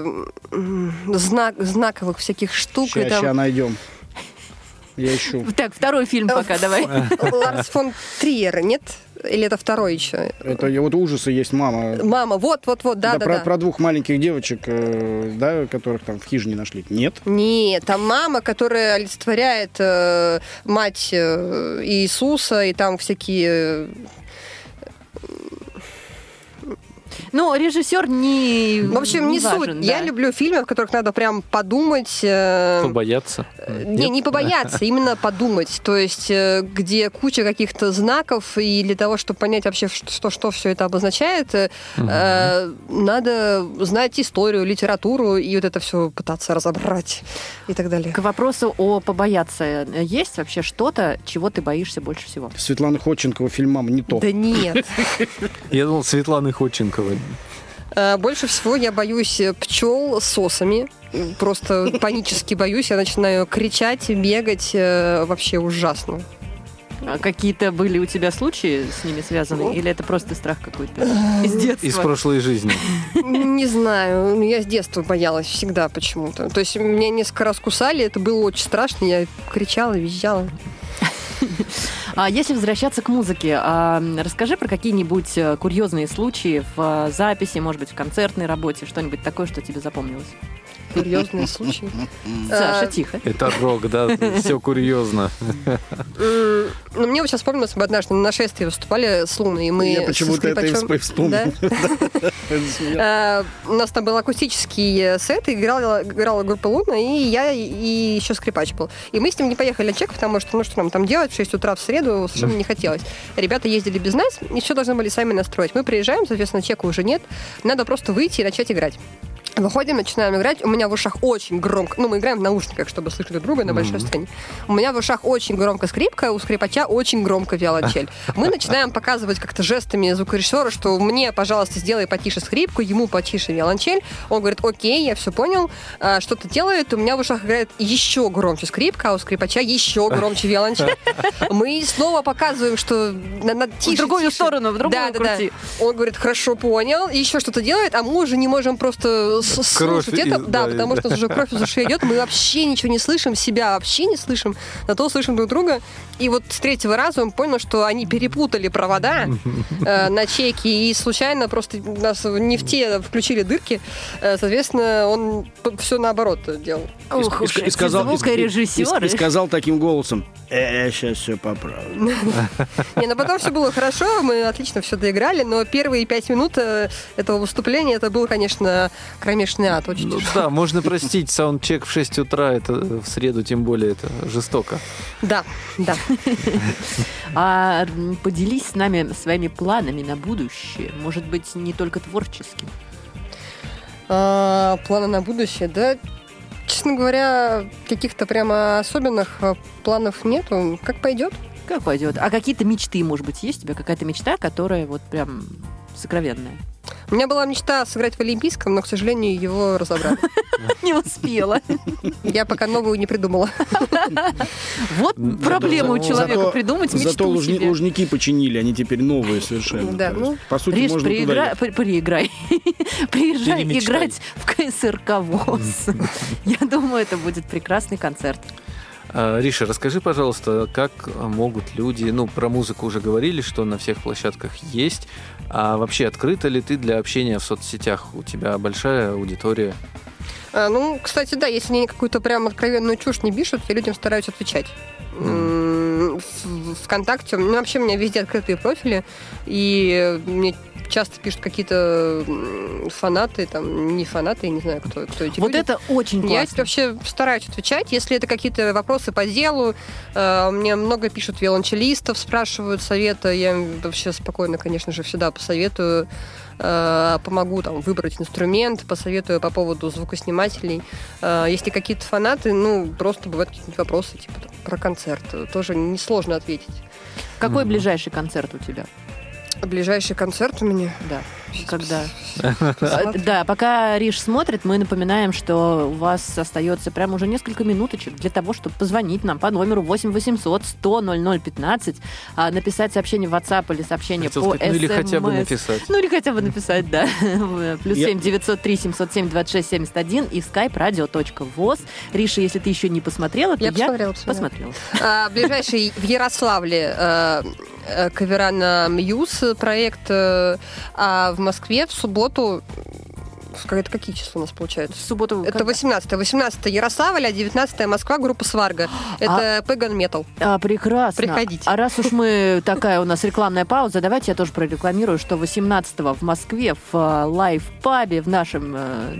знаковых всяких штук. Сейчас найдем. Я ищу. Так, второй фильм пока, давай. Ларс фон Триер, нет? Или это второй еще? Это вот ужасы есть «Мама». «Мама», вот, да. Про двух маленьких девочек, да, которых там в хижине нашли. Нет? Нет, там мама, которая олицетворяет мать Иисуса, и там всякие... режиссер не в общем, не важен, суть. Да. Я люблю фильмы, в которых надо прям подумать. Побояться? Не побояться, именно подумать. То есть, где куча каких-то знаков, и для того, чтобы понять вообще, что все это обозначает, надо знать историю, литературу, и вот это все пытаться разобрать и так далее. К вопросу о побояться. Есть вообще что-то, чего ты боишься больше всего? Светлана Ходченкова, фильм «Мама», не то. Да нет. Я думал, Светланы Ходченковой. Больше всего я боюсь пчел с осами. Просто панически боюсь. Я начинаю кричать, бегать. Вообще ужасно. А какие-то были у тебя случаи с ними связаны? Или это просто страх какой-то из детства? Из прошлой жизни. Не знаю. Я с детства боялась всегда почему-то. То есть меня несколько раз кусали. Это было очень страшно. Я кричала, визжала. Если возвращаться к музыке, расскажи про какие-нибудь курьезные случаи в записи, может быть, в концертной работе, что-нибудь такое, что тебе запомнилось. Курьезные случаи. Саша, тихо. Это рок, да, все курьезно. Мне вот сейчас вспомнилось, мы однажды на нашествии выступали с Луной, и мы я почему-то это и вспомнил. У нас там был акустический сет, играла группа Луна, и я, и еще скрипач был. И мы с ним не поехали на чек, потому что, что нам там делать в 6 утра в среду, совершенно не хотелось. Ребята ездили без нас, и все должны были сами настроить. Мы приезжаем, соответственно, чека уже нет, надо просто выйти и начать играть. Выходим, начинаем играть. У меня в ушах очень громко... мы играем в наушниках, чтобы слышать друг друга на большой сцене. У меня в ушах очень громко скрипка, у скрипача очень громко виолончель. Мы начинаем показывать как-то жестами звукорежиссера, что мне, пожалуйста, сделай потише скрипку, ему потише виолончель. Он говорит, окей, я все понял. Что-то делает, у меня в ушах играет еще громче скрипка, а у скрипача еще громче виолончель. Мы снова показываем, что надо тише. В другую сторону, в другую крути. Он говорит, хорошо, понял. Еще что-то делает, а мы уже не можем просто слушать это. Да, потому что уже кровь из ушей идет, мы вообще ничего не слышим, себя вообще не слышим, зато слышим друг друга. И вот с третьего раза он понял, что они перепутали провода на чеке, и случайно просто нас не в те включили дырки. Соответственно, он все наоборот делал. Ух, и сказал таким голосом: сейчас все поправлю. Не, но потом все было хорошо, мы отлично все доиграли, но первые 5 минут этого выступления, это был, конечно, кромешный ад. Очень тяжело. Да, можно простить саундчек в 6 утра, это в среду тем более, это жестоко. Да. А поделись с нами своими планами на будущее, может быть, не только творческие. Планы на будущее, да? Честно говоря, каких-то прямо особенных планов нету. Как пойдет? Как пойдет. А какие-то мечты, может быть, есть у тебя? Какая-то мечта, которая вот прям сокровенная? У меня была мечта сыграть в Олимпийском, но, к сожалению, его разобрали. Не успела. Я пока новую не придумала. Вот проблема у человека придумать мечту Зато себе. лужники починили, они теперь новые совершенно. Да, ну, по сути, можно туда... Приезжай играть в КСРК ВОС. Я думаю, это будет прекрасный концерт. Риша, расскажи, пожалуйста, как могут люди, про музыку уже говорили, что на всех площадках есть, а вообще открыта ли ты для общения в соцсетях? У тебя большая аудитория? Кстати, да, если мне какую-то прям откровенную чушь не пишут, я людям стараюсь отвечать. ВКонтакте, вообще у меня везде открытые профили, и мне часто пишут какие-то фанаты, там, не фанаты, я не знаю, кто эти вот люди. Это очень классно. Я вообще стараюсь отвечать, если это какие-то вопросы по делу. Мне много пишут виолончелистов, спрашивают совета, я им вообще спокойно, конечно же, всегда посоветую, помогу там выбрать инструмент, посоветую по поводу звукоснимателей. Если какие-то фанаты, просто бывают какие-то вопросы, типа про концерт, тоже несложно ответить. Какой ближайший концерт у тебя? Ближайший концерт у меня? Да. Когда? Да, пока Риш смотрит, мы напоминаем, что у вас остается прямо уже несколько минуточек для того, чтобы позвонить нам по номеру 8 800 100 0015, написать сообщение в WhatsApp или сообщение по SMS. Или хотя бы написать. Или хотя бы написать, да. Плюс 7 903 707 26 71 и skype radio.voz. Риша, если ты еще не посмотрела, то я посмотрела. Ближайший в Ярославле кавера на Мьюз проект, а в Москве в субботу... Это какие числа у нас получается? В субботу... Это 18-е. 18-е Ярославль, а 19-е Москва, группа Сварга. Это Pagan Metal. Прекрасно. Приходите. А раз уж такая у нас рекламная пауза, давайте я тоже прорекламирую, что 18-го в Москве в лайв-пабе, в нашем,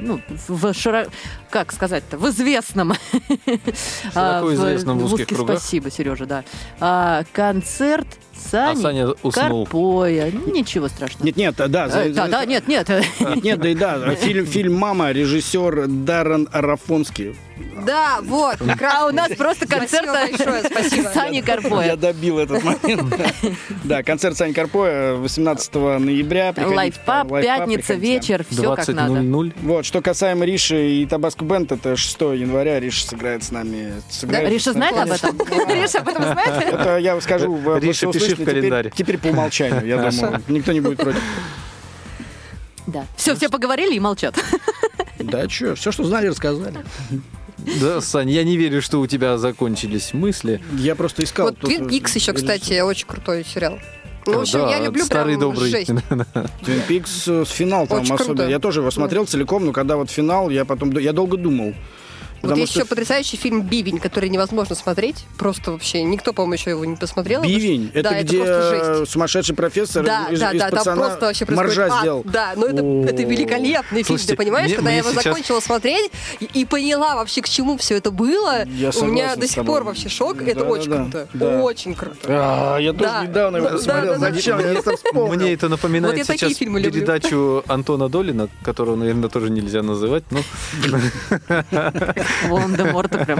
как сказать-то, в известном... Широко известном в узких кругах. Спасибо, Сережа, да. Концерт Саня Карпоя. Ничего страшного. Нет, да. Нет. Фильм «Мама», режиссер Даррен Арафонский. Да, вот. А у нас просто концерт Сани Карпоя. Я добил этот момент. Да, концерт Сани Карпоя 18 ноября. Лайфпаб, пятница, вечер, все как надо. 20:00. Вот, что касаемо Риши и Табаско Бенд, это 6 января Риша сыграет с нами. Риша знает об этом? Риша об этом знает? Это я скажу. Риша, пиши в календарь. Теперь по умолчанию, я думаю. Никто не будет против. Да. Все поговорили и молчат. Да, все, что знали, рассказали. Да, Сань, я не верю, что у тебя закончились мысли. Я просто искал. Вот Twin Peaks еще, кстати, очень крутой сериал. В общем, я люблю старый прям добрый. жесть. Twin Peaks финал там особенно. Я тоже его смотрел целиком, но когда вот финал, я долго думал. Вот есть еще потрясающий фильм «Бивень», который невозможно смотреть. Просто вообще никто, по-моему, еще его не посмотрел. «Бивень»? Это где сумасшедший профессор из пацана моржа сделал. Да, но это великолепный фильм, ты понимаешь? Когда я его закончила смотреть и поняла вообще, к чему все это было, у меня до сих пор вообще шок. Это очень круто. Очень круто. Я тоже недавно его смотрел. Зачем? Я это вспомнил. Мне это напоминает сейчас передачу Антона Долина, которую, наверное, тоже нельзя называть. Волан-де-Морта прям.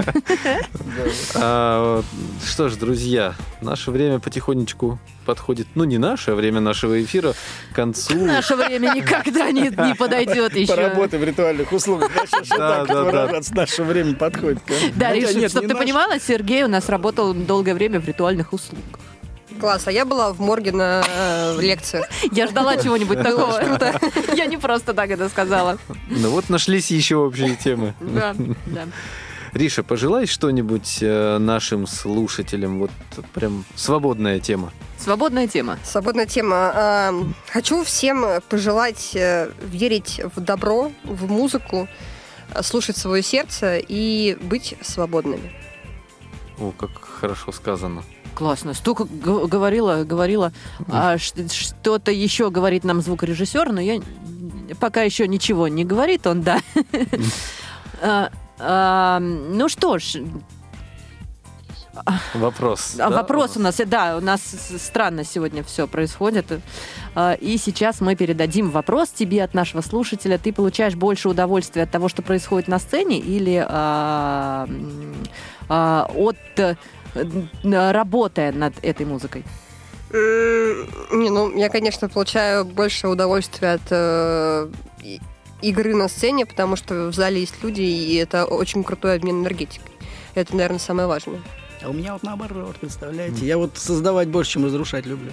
Что ж, друзья, наше время потихонечку подходит, не наше, а время нашего эфира к концу. Наше время никогда не подойдет еще. Поработай в ритуальных услугах. Да. Наше время подходит. Да, Риша, чтобы ты понимала, Сергей у нас работал долгое время в ритуальных услугах. Класс, а я была в морге на лекциях. Я ждала чего-нибудь такого. Я не просто так это сказала. Ну вот нашлись еще общие темы. Да. Риша, пожелай что-нибудь нашим слушателям? Вот прям свободная тема. Свободная тема. Свободная тема. Хочу всем пожелать верить в добро, в музыку, слушать свое сердце и быть свободными. О, как хорошо сказано. Классно. Столько говорила. Что-то еще говорит нам звукорежиссер, но я пока еще ничего не говорит он, да. Ну что ж. Вопрос. Вопрос у нас странно сегодня все происходит. И сейчас мы передадим вопрос тебе от нашего слушателя. Ты получаешь больше удовольствия от того, что происходит на сцене, или работая над этой музыкой? Я, конечно, получаю больше удовольствия от игры на сцене, потому что в зале есть люди, и это очень крутой обмен энергетикой. Это, наверное, самое важное. А у меня вот наоборот, представляете? Я вот создавать больше, чем разрушать люблю.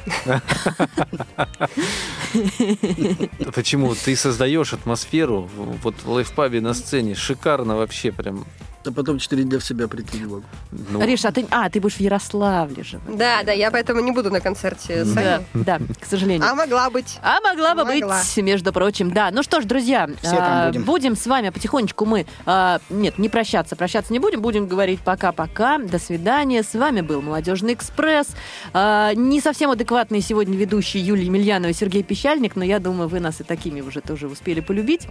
Почему? Ты создаешь атмосферу вот в лайфпабе на сцене. Шикарно вообще прям. А потом 4 дня в себя прийти не могу. Риша, ты будешь в Ярославле же. Да, я поэтому не буду на концерте сами. Да, к сожалению. А могла быть. Могла бы быть, между прочим. Да, ну что ж, друзья, будем с вами потихонечку мы... Нет, не прощаться не будем говорить пока-пока, до свидания. С вами был «Молодежный экспресс». Не совсем адекватные сегодня ведущие Юлия Емельянова и Сергей Пещальник, но я думаю, вы нас и такими уже тоже успели полюбить.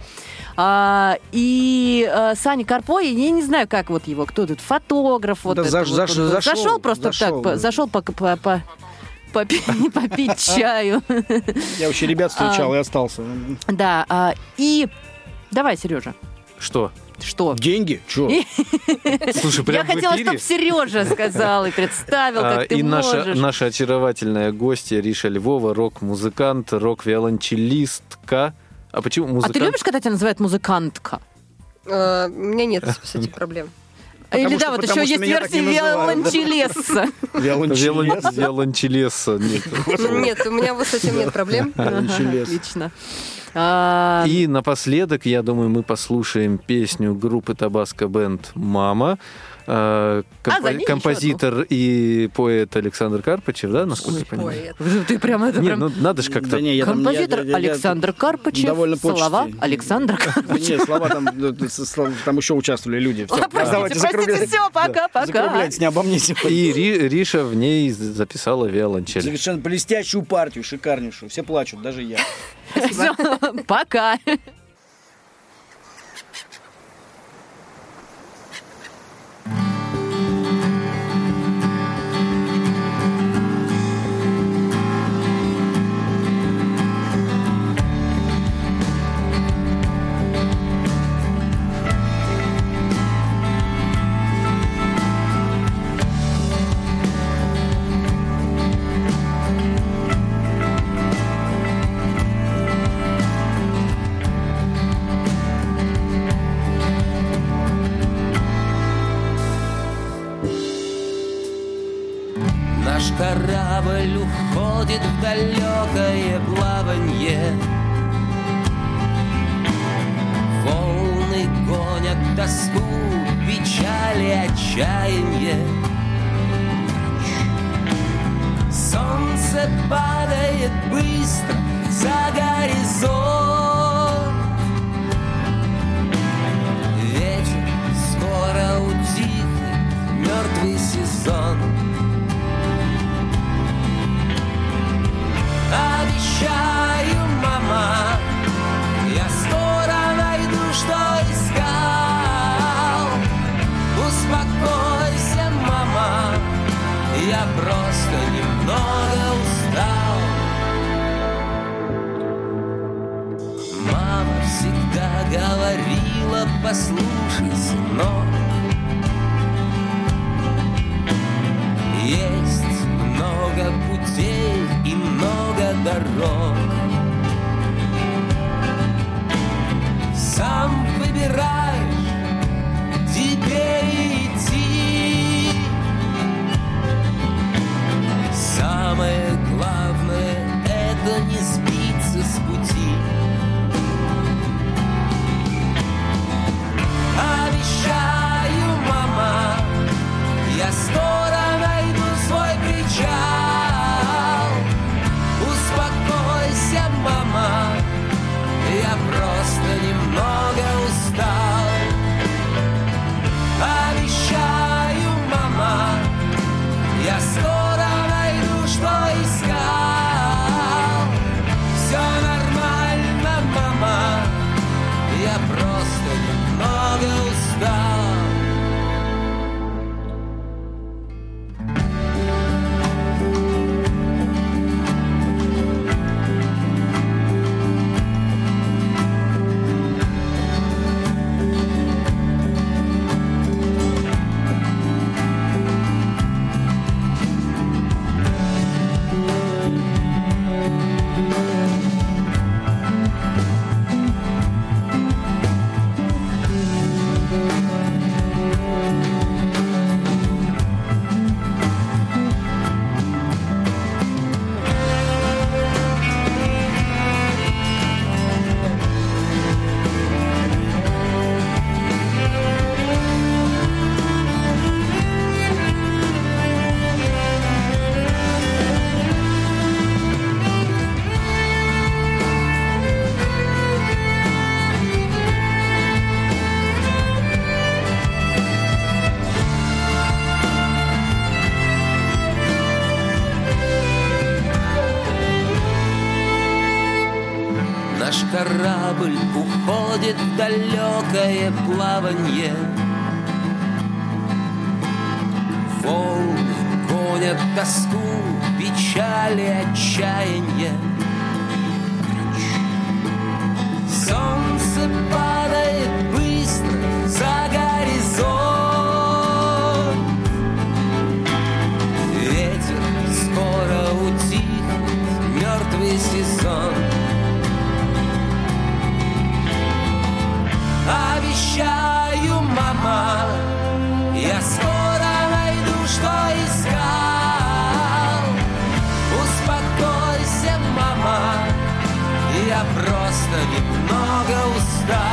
И Саня Карпой, я не знаю, как вот его, кто тут, фотограф. Да, зашел просто так, зашел попить чаю. Я вообще ребят встречал и остался. Да, и давай, Сережа. Что? Деньги? Чё? Слушай, прям я хотела, чтобы Сережа сказал и представил, как ты можешь. И наша очаровательная гостья Риша Львова, рок-музыкант, рок-виолончелистка. А почему музыкант? А ты любишь, когда тебя называют музыкантка? У меня нет с этим проблем. Или да, вот еще есть версия виолончелесса. Виолончелесса. Нет, у меня вот с этим нет проблем. Отлично. И напоследок, я думаю, мы послушаем песню группы Табаско Бенд «Мама». Композитор и поэт Александр Карпачев, да, насколько я понимаю? Ты прям это прям... надо же как-то... Композитор Александр Карпачев, слова Александр Карпачев. Нет, слова там еще участвовали люди. Простите, все, пока-пока. Закругляйтесь, не обо мне сегодня. И Риша в ней записала виолончель. Совершенно блестящую партию, шикарнейшую. Все плачут, даже я. Пока. Корабль уходит в далекое плаванье. Волны гонят тоску, печали, отчаяние. Солнце падает быстро за горизонт. Ветер скоро утихнет, мертвый сезон. Обещаю, мама, я скоро найду, что искал. Успокойся, мама, я просто немного устал. Мама всегда говорила: послушай, сынок, есть много путей и много дорог. Сам выбираешь, тебе идти. Самое Наш корабль уходит в далекое плаванье. Волны гонят тоску, печаль и отчаяние. Солнце падает быстро за горизонт. Ветер скоро утихнет, мертвый сезон. Обещаю, мама, я скоро найду, что искал. Успокойся, мама, я просто немного устал.